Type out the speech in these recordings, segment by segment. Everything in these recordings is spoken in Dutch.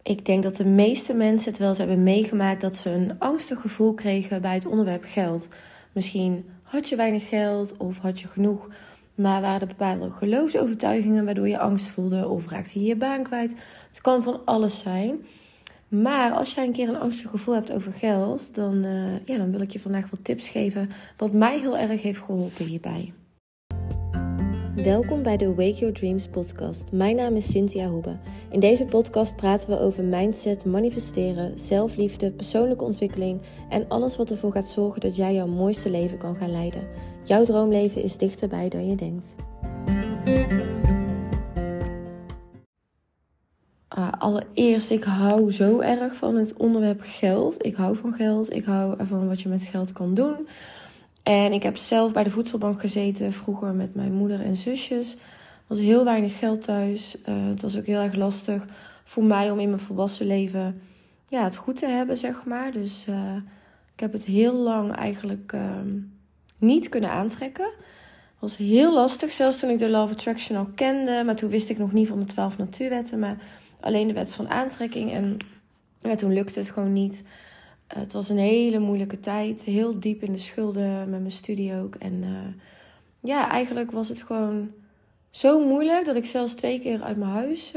Ik denk dat de meeste mensen het wel eens hebben meegemaakt dat ze een angstig gevoel kregen bij het onderwerp geld. Misschien had je weinig geld of had je genoeg, maar waren er bepaalde geloofsovertuigingen waardoor je angst voelde of raakte je je baan kwijt. Het kan van alles zijn. Maar als jij een keer een angstig gevoel hebt over geld, dan wil ik je vandaag wat tips geven wat mij heel erg heeft geholpen hierbij. Welkom bij de Wake Your Dreams podcast. Mijn naam is Cynthia Hoebe. In deze podcast praten we over mindset, manifesteren, zelfliefde, persoonlijke ontwikkeling en alles wat ervoor gaat zorgen dat jij jouw mooiste leven kan gaan leiden. Jouw droomleven is dichterbij dan je denkt. Allereerst, ik hou zo erg van het onderwerp geld. Ik hou van geld. Ik hou ervan wat je met geld kan doen. En ik heb zelf bij de voedselbank gezeten vroeger met mijn moeder en zusjes. Er was heel weinig geld thuis. Het was ook heel erg lastig voor mij om in mijn volwassen leven het goed te hebben, zeg maar. Dus ik heb het heel lang eigenlijk niet kunnen aantrekken. Het was heel lastig, zelfs toen ik de Law of Attraction al kende. Maar toen wist ik nog niet van de 12 natuurwetten, maar alleen de wet van aantrekking. En toen lukte het gewoon niet. Het was een hele moeilijke tijd. Heel diep in de schulden met mijn studie ook. En eigenlijk was het gewoon zo moeilijk dat ik zelfs 2 keer uit mijn huis...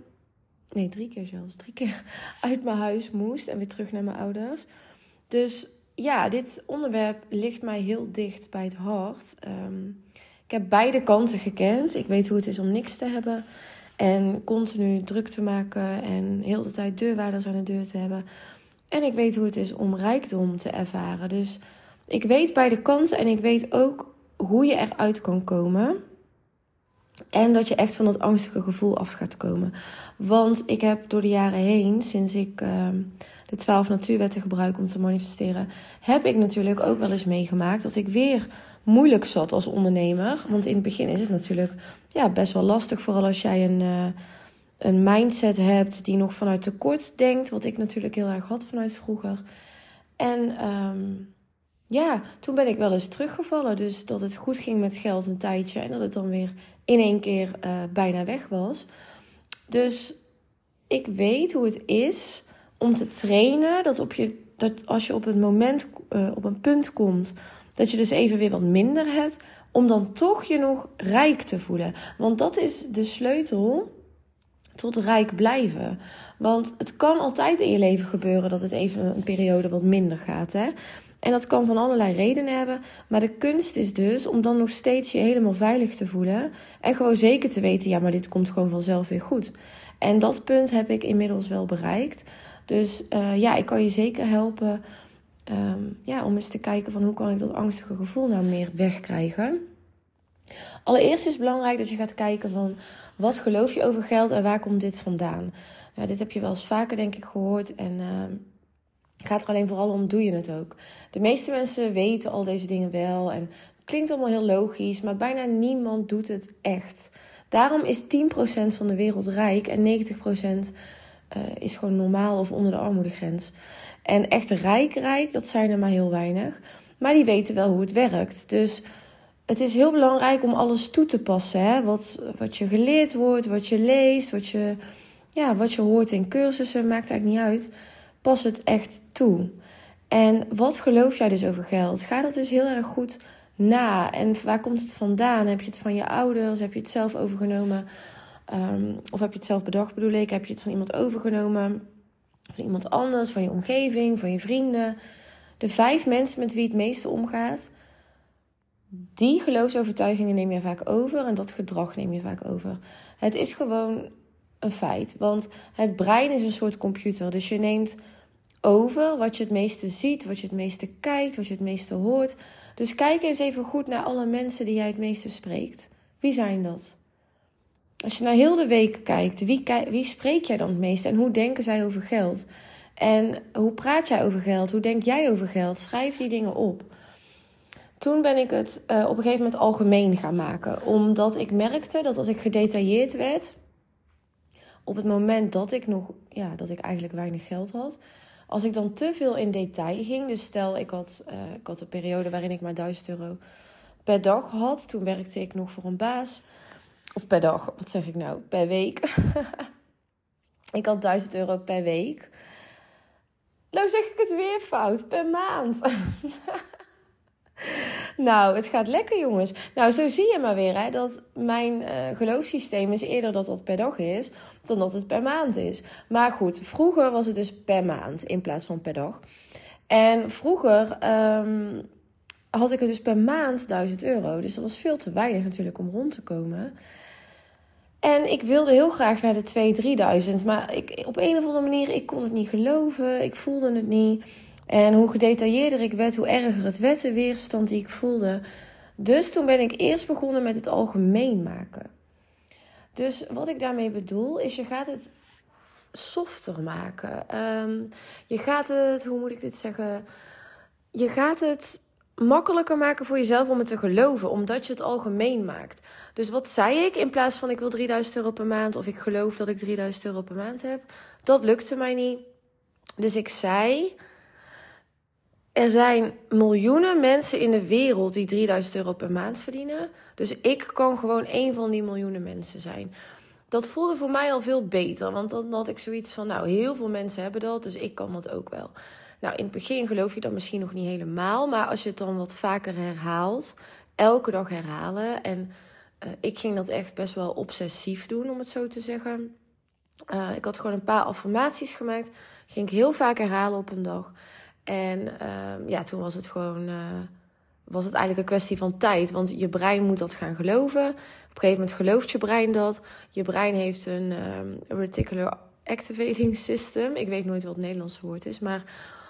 3 keer zelfs. 3 keer uit mijn huis moest en weer terug naar mijn ouders. Dus ja, dit onderwerp ligt mij heel dicht bij het hart. Ik heb beide kanten gekend. Ik weet hoe het is om niks te hebben. En continu druk te maken. En heel de tijd deurwaarders aan de deur te hebben. En ik weet hoe het is om rijkdom te ervaren. Dus ik weet beide kanten. En ik weet ook hoe je eruit kan komen. En dat je echt van dat angstige gevoel af gaat komen. Want ik heb door de jaren heen, sinds ik de 12 natuurwetten gebruik om te manifesteren, heb ik natuurlijk ook wel eens meegemaakt dat ik weer moeilijk zat als ondernemer. Want in het begin is het natuurlijk best wel lastig. Vooral als jij een mindset hebt die nog vanuit tekort denkt. Wat ik natuurlijk heel erg had vanuit vroeger. En toen ben ik wel eens teruggevallen. Dus dat het goed ging met geld een tijdje. En dat het dan weer in 1 keer bijna weg was. Dus ik weet hoe het is om te trainen. Dat als je op het moment op een punt komt dat je dus even weer wat minder hebt, om dan toch je nog rijk te voelen. Want dat is de sleutel tot rijk blijven. Want het kan altijd in je leven gebeuren dat het even een periode wat minder gaat. Hè? En dat kan van allerlei redenen hebben. Maar de kunst is dus om dan nog steeds je helemaal veilig te voelen. En gewoon zeker te weten, maar dit komt gewoon vanzelf weer goed. En dat punt heb ik inmiddels wel bereikt. Dus ik kan je zeker helpen om eens te kijken van hoe kan ik dat angstige gevoel nou meer wegkrijgen. Allereerst is het belangrijk dat je gaat kijken van wat geloof je over geld en waar komt dit vandaan. Dit heb je wel eens vaker denk ik gehoord en het gaat er alleen vooral om, doe je het ook. De meeste mensen weten al deze dingen wel en het klinkt allemaal heel logisch, maar bijna niemand doet het echt. Daarom is 10% van de wereld rijk en 90% is gewoon normaal of onder de armoedegrens. En echt rijk, dat zijn er maar heel weinig. Maar die weten wel hoe het werkt. Dus het is heel belangrijk om alles toe te passen. Hè? Wat je geleerd wordt, wat je leest, wat je hoort in cursussen, maakt eigenlijk niet uit. Pas het echt toe. En wat geloof jij dus over geld? Ga dat dus heel erg goed na. En waar komt het vandaan? Heb je het van je ouders? Heb je het zelf overgenomen? Of heb je het zelf bedacht, bedoel ik? Heb je het van iemand overgenomen? Van iemand anders, van je omgeving, van je vrienden? De 5 mensen met wie het meeste omgaat, die geloofsovertuigingen neem je vaak over en dat gedrag neem je vaak over. Het is gewoon een feit, want het brein is een soort computer. Dus je neemt over wat je het meeste ziet, wat je het meeste kijkt, wat je het meeste hoort. Dus kijk eens even goed naar alle mensen die jij het meeste spreekt. Wie zijn dat? Als je naar heel de week kijkt, wie spreek jij dan het meeste en hoe denken zij over geld? En hoe praat jij over geld? Hoe denk jij over geld? Schrijf die dingen op. Toen ben ik het op een gegeven moment algemeen gaan maken. Omdat ik merkte dat als ik gedetailleerd werd, op het moment dat ik eigenlijk weinig geld had, als ik dan te veel in detail ging, dus stel ik had een periode waarin ik maar €1000 per dag had. Toen werkte ik nog voor een baas. Of per dag, wat zeg ik nou? Per week. Ik had €1000 per week. Nou zeg ik het weer fout, per maand. Nou, het gaat lekker, jongens. Nou, zo zie je maar weer, hè, dat mijn geloofssysteem is eerder dat dat per dag is, dan dat het per maand is. Maar goed, vroeger was het dus per maand in plaats van per dag. En vroeger had ik het dus per maand €1000. Dus dat was veel te weinig natuurlijk om rond te komen. En ik wilde heel graag naar de 2.000, 3.000. Maar op een of andere manier, ik kon het niet geloven. Ik voelde het niet. En hoe gedetailleerder ik werd, hoe erger het werd, de weerstand die ik voelde. Dus toen ben ik eerst begonnen met het algemeen maken. Dus wat ik daarmee bedoel, is je gaat het softer maken. Je gaat het, hoe moet ik dit zeggen? Je gaat het makkelijker maken voor jezelf om het te geloven, omdat je het algemeen maakt. Dus wat zei ik? In plaats van ik wil €3.000 per maand of ik geloof dat ik €3.000 per maand heb. Dat lukte mij niet. Dus ik zei, er zijn miljoenen mensen in de wereld die €3.000 per maand verdienen. Dus ik kan gewoon één van die miljoenen mensen zijn. Dat voelde voor mij al veel beter, want dan had ik zoiets van, nou, heel veel mensen hebben dat, dus ik kan dat ook wel. Nou, in het begin geloof je dat misschien nog niet helemaal, maar als je het dan wat vaker herhaalt, elke dag herhalen. En ik ging dat echt best wel obsessief doen, om het zo te zeggen. Ik had gewoon een paar affirmaties gemaakt, ging ik heel vaak herhalen op een dag. En toen was het gewoon, was het eigenlijk een kwestie van tijd, want je brein moet dat gaan geloven. Op een gegeven moment gelooft je brein dat. Je brein heeft een reticular activating system. Ik weet nooit wat het Nederlandse woord is, maar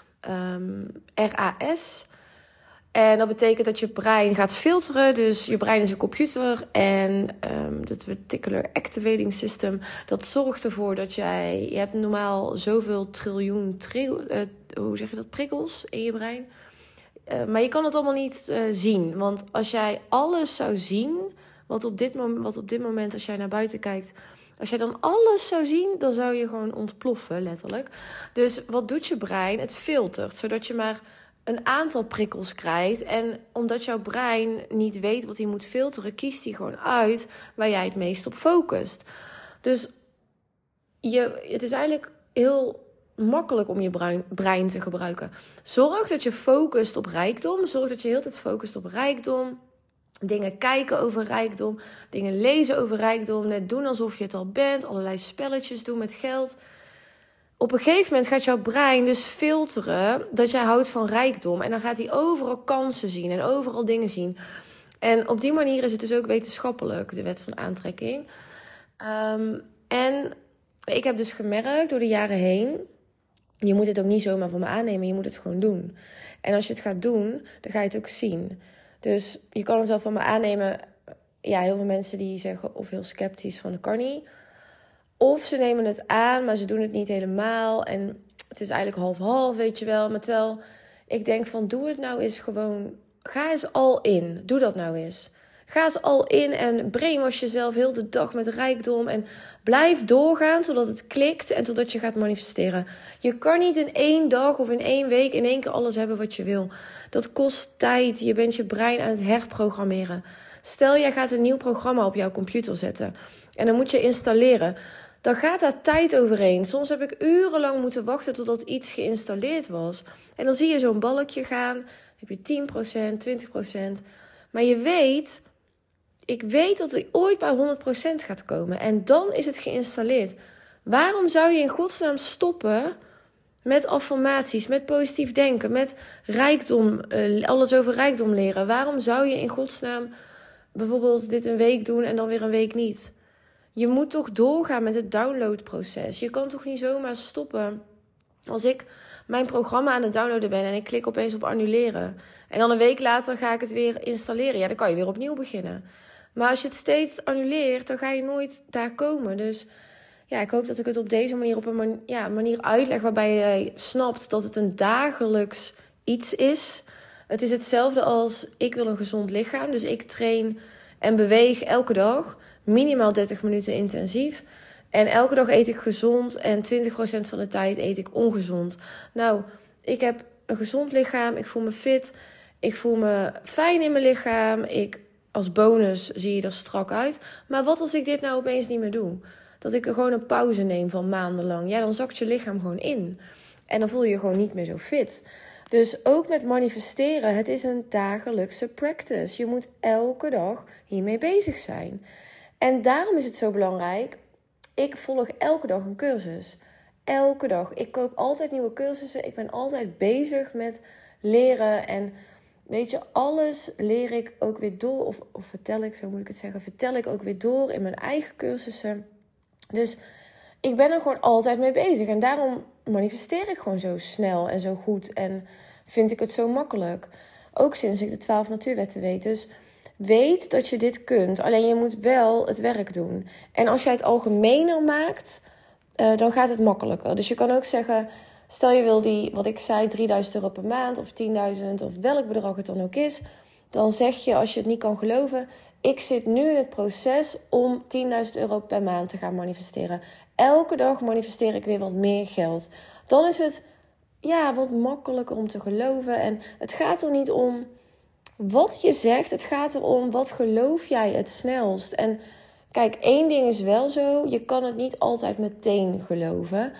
RAS. En dat betekent dat je brein gaat filteren. Dus je brein is een computer. En het reticular activating system, dat zorgt ervoor dat je hebt normaal zoveel triljoen prikkels in je brein. Maar je kan het allemaal niet zien. Want als jij alles zou zien, wat op dit moment, als jij naar buiten kijkt, als jij dan alles zou zien, dan zou je gewoon ontploffen, letterlijk. Dus wat doet je brein? Het filtert, zodat je maar een aantal prikkels krijgt. En omdat jouw brein niet weet wat hij moet filteren, kiest hij gewoon uit waar jij het meest op focust. Dus het is eigenlijk heel makkelijk om je brein te gebruiken. Zorg dat je focust op rijkdom. Zorg dat je heel de tijd focust op rijkdom. Dingen kijken over rijkdom. Dingen lezen over rijkdom. Net doen alsof je het al bent. Allerlei spelletjes doen met geld. Op een gegeven moment gaat jouw brein dus filteren dat jij houdt van rijkdom. En dan gaat hij overal kansen zien en overal dingen zien. En op die manier is het dus ook wetenschappelijk, de wet van aantrekking. En ik heb dus gemerkt door de jaren heen, je moet het ook niet zomaar van me aannemen, je moet het gewoon doen. En als je het gaat doen, dan ga je het ook zien. Dus je kan het wel van me aannemen. Ja, heel veel mensen die zeggen of heel sceptisch van dat kan niet. Of ze nemen het aan, maar ze doen het niet helemaal. En het is eigenlijk half-half, weet je wel. Maar terwijl ik denk van, doe het nou eens gewoon. Ga eens all in. Doe dat nou eens. Ga eens all in en brainwash jezelf heel de dag met rijkdom. En blijf doorgaan totdat het klikt en totdat je gaat manifesteren. Je kan niet in 1 dag of in 1 week in één keer alles hebben wat je wil. Dat kost tijd. Je bent je brein aan het herprogrammeren. Stel, jij gaat een nieuw programma op jouw computer zetten. En dan moet je installeren. Dan gaat daar tijd overheen. Soms heb ik urenlang moeten wachten totdat iets geïnstalleerd was. En dan zie je zo'n balkje gaan. Dan heb je 10%, 20%. Maar ik weet dat het ooit bij 100% gaat komen. En dan is het geïnstalleerd. Waarom zou je in godsnaam stoppen met affirmaties, met positief denken, met rijkdom, alles over rijkdom leren? Waarom zou je in godsnaam bijvoorbeeld dit een week doen en dan weer een week niet? Je moet toch doorgaan met het downloadproces. Je kan toch niet zomaar stoppen. Als ik mijn programma aan het downloaden ben en ik klik opeens op annuleren. En dan een week later ga ik het weer installeren. Ja, dan kan je weer opnieuw beginnen. Maar als je het steeds annuleert, dan ga je nooit daar komen. Dus ja, ik hoop dat ik het op deze manier op een manier uitleg waarbij jij snapt dat het een dagelijks iets is. Het is hetzelfde als ik wil een gezond lichaam. Dus ik train en beweeg elke dag. Minimaal 30 minuten intensief. En elke dag eet ik gezond. En 20% van de tijd eet ik ongezond. Nou, ik heb een gezond lichaam. Ik voel me fit. Ik voel me fijn in mijn lichaam. Als bonus zie je er strak uit. Maar wat als ik dit nou opeens niet meer doe? dat ik gewoon een pauze neem van maandenlang. Ja, dan zakt je lichaam gewoon in. En dan voel je je gewoon niet meer zo fit. Dus ook met manifesteren, het is een dagelijkse practice. Je moet elke dag hiermee bezig zijn. En daarom is het zo belangrijk. Ik volg elke dag een cursus. Elke dag. Ik koop altijd nieuwe cursussen. Ik ben altijd bezig met leren. En weet je, alles leer ik ook weer door. Of vertel ik, zo moet ik het zeggen. Vertel ik ook weer door in mijn eigen cursussen. Dus ik ben er gewoon altijd mee bezig. En daarom manifesteer ik gewoon zo snel en zo goed. En vind ik het zo makkelijk. Ook sinds ik de 12 natuurwetten weet. Dus weet dat je dit kunt. Alleen je moet wel het werk doen. En als jij het algemener maakt, dan gaat het makkelijker. Dus je kan ook zeggen, stel je wil die, wat ik zei, €3.000 per maand of 10.000 of welk bedrag het dan ook is. Dan zeg je, als je het niet kan geloven, ik zit nu in het proces om €10.000 per maand te gaan manifesteren. Elke dag manifesteer ik weer wat meer geld. Dan is het wat makkelijker om te geloven. En het gaat er niet om wat je zegt. Het gaat erom, wat geloof jij het snelst? En kijk, één ding is wel zo. Je kan het niet altijd meteen geloven.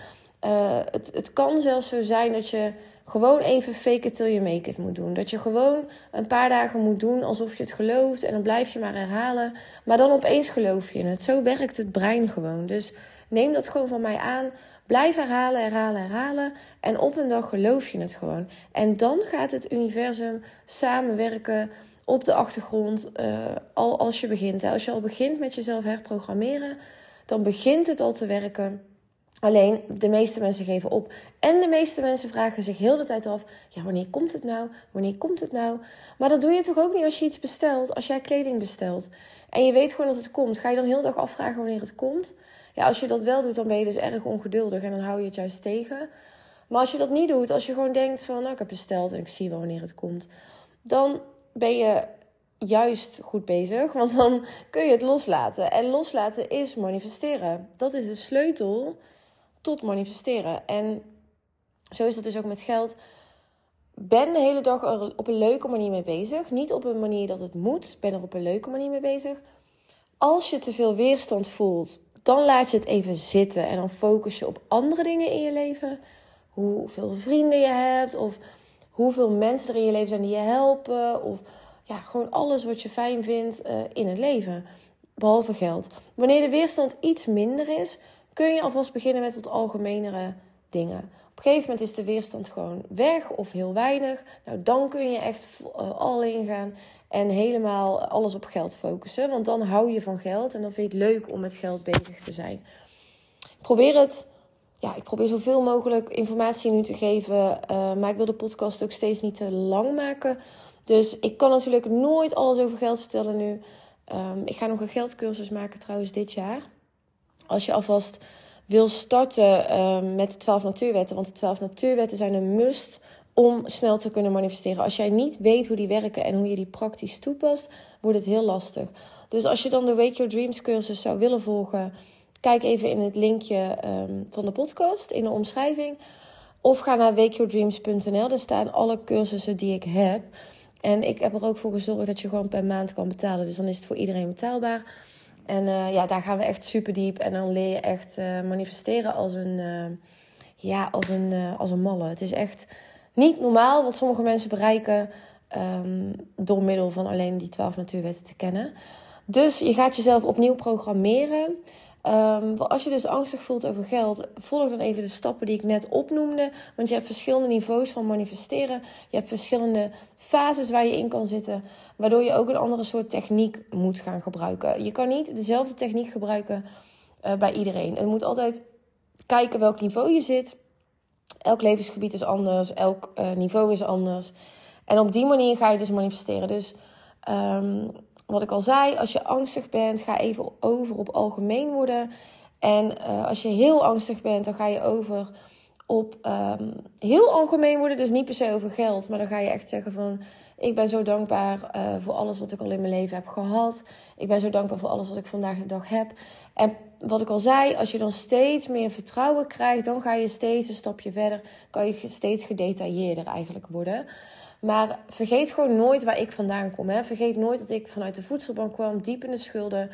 Het kan zelfs zo zijn dat je gewoon even fake it till you make it moet doen. Dat je gewoon een paar dagen moet doen alsof je het gelooft. En dan blijf je maar herhalen. Maar dan opeens geloof je het. Zo werkt het brein gewoon. Dus neem dat gewoon van mij aan. Blijf herhalen. En op een dag geloof je het gewoon. En dan gaat het universum samenwerken op de achtergrond. Al als je begint. Hè. Als je al begint met jezelf herprogrammeren, dan begint het al te werken. Alleen, de meeste mensen geven op. En de meeste mensen vragen zich heel de tijd af, ja, wanneer komt het nou? Wanneer komt het nou? Maar dat doe je toch ook niet als je iets bestelt, als jij kleding bestelt. En je weet gewoon dat het komt. Ga je dan heel de dag afvragen wanneer het komt? Ja, als je dat wel doet, dan ben je dus erg ongeduldig en dan hou je het juist tegen. Maar als je dat niet doet, als je gewoon denkt van, nou, ik heb besteld en ik zie wel wanneer het komt, dan ben je juist goed bezig, want dan kun je het loslaten. En loslaten is manifesteren. Dat is de sleutel tot manifesteren. En zo is dat dus ook met geld. Ben de hele dag er op een leuke manier mee bezig. Niet op een manier dat het moet. Ben er op een leuke manier mee bezig. Als je te veel weerstand voelt, dan laat je het even zitten. En dan focus je op andere dingen in je leven. Hoeveel vrienden je hebt. Of hoeveel mensen er in je leven zijn die je helpen. Of ja, gewoon alles wat je fijn vindt in het leven. Behalve geld. Wanneer de weerstand iets minder is, kun je alvast beginnen met wat algemenere dingen. Op een gegeven moment is de weerstand gewoon weg of heel weinig. Nou, dan kun je echt all in gaan en helemaal alles op geld focussen. Want dan hou je van geld en dan vind je het leuk om met geld bezig te zijn. Ik probeer zoveel mogelijk informatie nu te geven. Maar ik wil de podcast ook steeds niet te lang maken. Dus ik kan natuurlijk nooit alles over geld vertellen nu. Ik ga nog een geldcursus maken trouwens dit jaar. Als je alvast wil starten met de 12 natuurwetten. Want de 12 natuurwetten zijn een must om snel te kunnen manifesteren. Als jij niet weet hoe die werken en hoe je die praktisch toepast, wordt het heel lastig. Dus als je dan de Wake Your Dreams cursus zou willen volgen, kijk even in het linkje van de podcast in de omschrijving. Of ga naar wakeyourdreams.nl. Daar staan alle cursussen die ik heb. En ik heb er ook voor gezorgd dat je gewoon per maand kan betalen. Dus dan is het voor iedereen betaalbaar. En daar gaan we echt super diep. En dan leer je echt manifesteren als een malle. Het is echt niet normaal wat sommige mensen bereiken door middel van alleen die 12 natuurwetten te kennen. Dus je gaat jezelf opnieuw programmeren. Als je dus angstig voelt over geld, volg dan even de stappen die ik net opnoemde. Want je hebt verschillende niveaus van manifesteren. Je hebt verschillende fases waar je in kan zitten, waardoor je ook een andere soort techniek moet gaan gebruiken. Je kan niet dezelfde techniek gebruiken bij iedereen. Je moet altijd kijken welk niveau je zit. Elk levensgebied is anders, elk niveau is anders. En op die manier ga je dus manifesteren. Dus wat ik al zei, als je angstig bent, ga even over op algemeen worden. En als je heel angstig bent, dan ga je over op heel algemeen worden. Dus niet per se over geld, maar dan ga je echt zeggen van, ik ben zo dankbaar voor alles wat ik al in mijn leven heb gehad. Ik ben zo dankbaar voor alles wat ik vandaag de dag heb. En wat ik al zei, als je dan steeds meer vertrouwen krijgt, dan ga je steeds een stapje verder. Kan je steeds gedetailleerder eigenlijk worden. Maar vergeet gewoon nooit waar ik vandaan kom. Hè? Vergeet nooit dat ik vanuit de voedselbank kwam, diep in de schulden.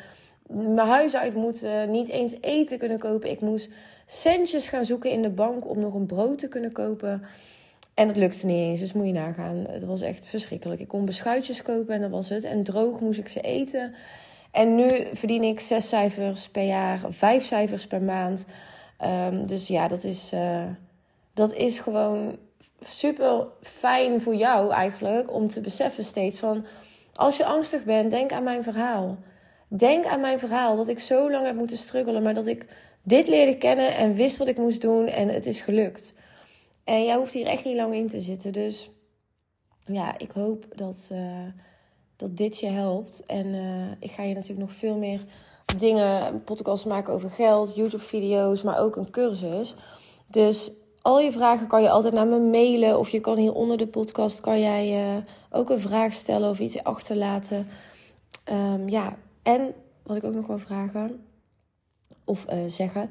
mijn huis uit moeten, niet eens eten kunnen kopen. Ik moest centjes gaan zoeken in de bank om nog een brood te kunnen kopen. En dat lukte niet eens, dus moet je nagaan. Het was echt verschrikkelijk. Ik kon beschuitjes kopen en dat was het. En droog moest ik ze eten. En nu verdien ik 6 cijfers per jaar, 5 cijfers per maand. Dus ja, dat is gewoon super fijn voor jou eigenlijk. Om te beseffen steeds van, als je angstig bent, denk aan mijn verhaal. Denk aan mijn verhaal, dat ik zo lang heb moeten struggelen. Maar dat ik dit leerde kennen en wist wat ik moest doen en het is gelukt. En jij hoeft hier echt niet lang in te zitten. Dus ja, ik hoop dat dit je helpt. En ik ga je natuurlijk nog veel meer dingen, podcasts maken over geld, YouTube-video's, maar ook een cursus. Dus al je vragen kan je altijd naar me mailen. Of je kan hier onder de podcast kan jij ook een vraag stellen of iets achterlaten. Ja, en wat ik ook nog wil vragen of zeggen,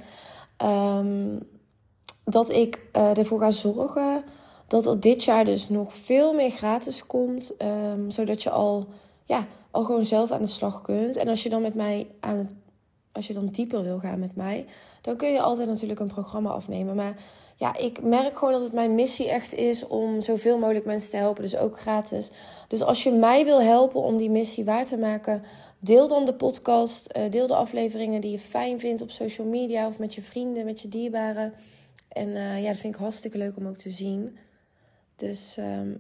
dat ik ervoor ga zorgen dat er dit jaar dus nog veel meer gratis komt. Zodat je al gewoon zelf aan de slag kunt. En als je dan met mij als je dan dieper wil gaan met mij, dan kun je altijd natuurlijk een programma afnemen. Maar ja, ik merk gewoon dat het mijn missie echt is om zoveel mogelijk mensen te helpen. Dus ook gratis. Dus als je mij wil helpen om die missie waar te maken, deel dan de podcast. Deel de afleveringen die je fijn vindt op social media of met je vrienden, met je dierbaren. En dat vind ik hartstikke leuk om ook te zien. Dus,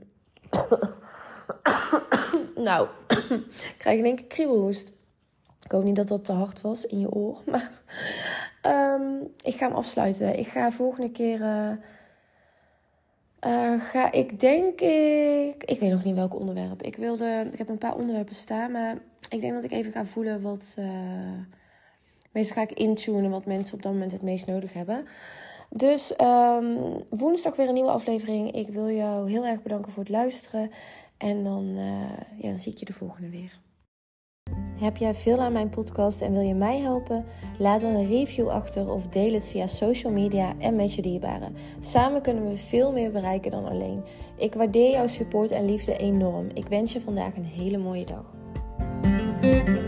nou, ik krijg in één keer kriebelhoest. Ik hoop niet dat dat te hard was in je oor. Maar ik ga hem afsluiten. Ik ga volgende keer... Ik weet nog niet welk onderwerp. Ik heb een paar onderwerpen staan. Maar ik denk dat ik even ga voelen wat... meestal ga ik intunen wat mensen op dat moment het meest nodig hebben. Dus woensdag weer een nieuwe aflevering. Ik wil jou heel erg bedanken voor het luisteren. En dan zie ik je de volgende weer. Heb jij veel aan mijn podcast en wil je mij helpen? Laat dan een review achter of deel het via social media en met je dierbaren. Samen kunnen we veel meer bereiken dan alleen. Ik waardeer jouw support en liefde enorm. Ik wens je vandaag een hele mooie dag.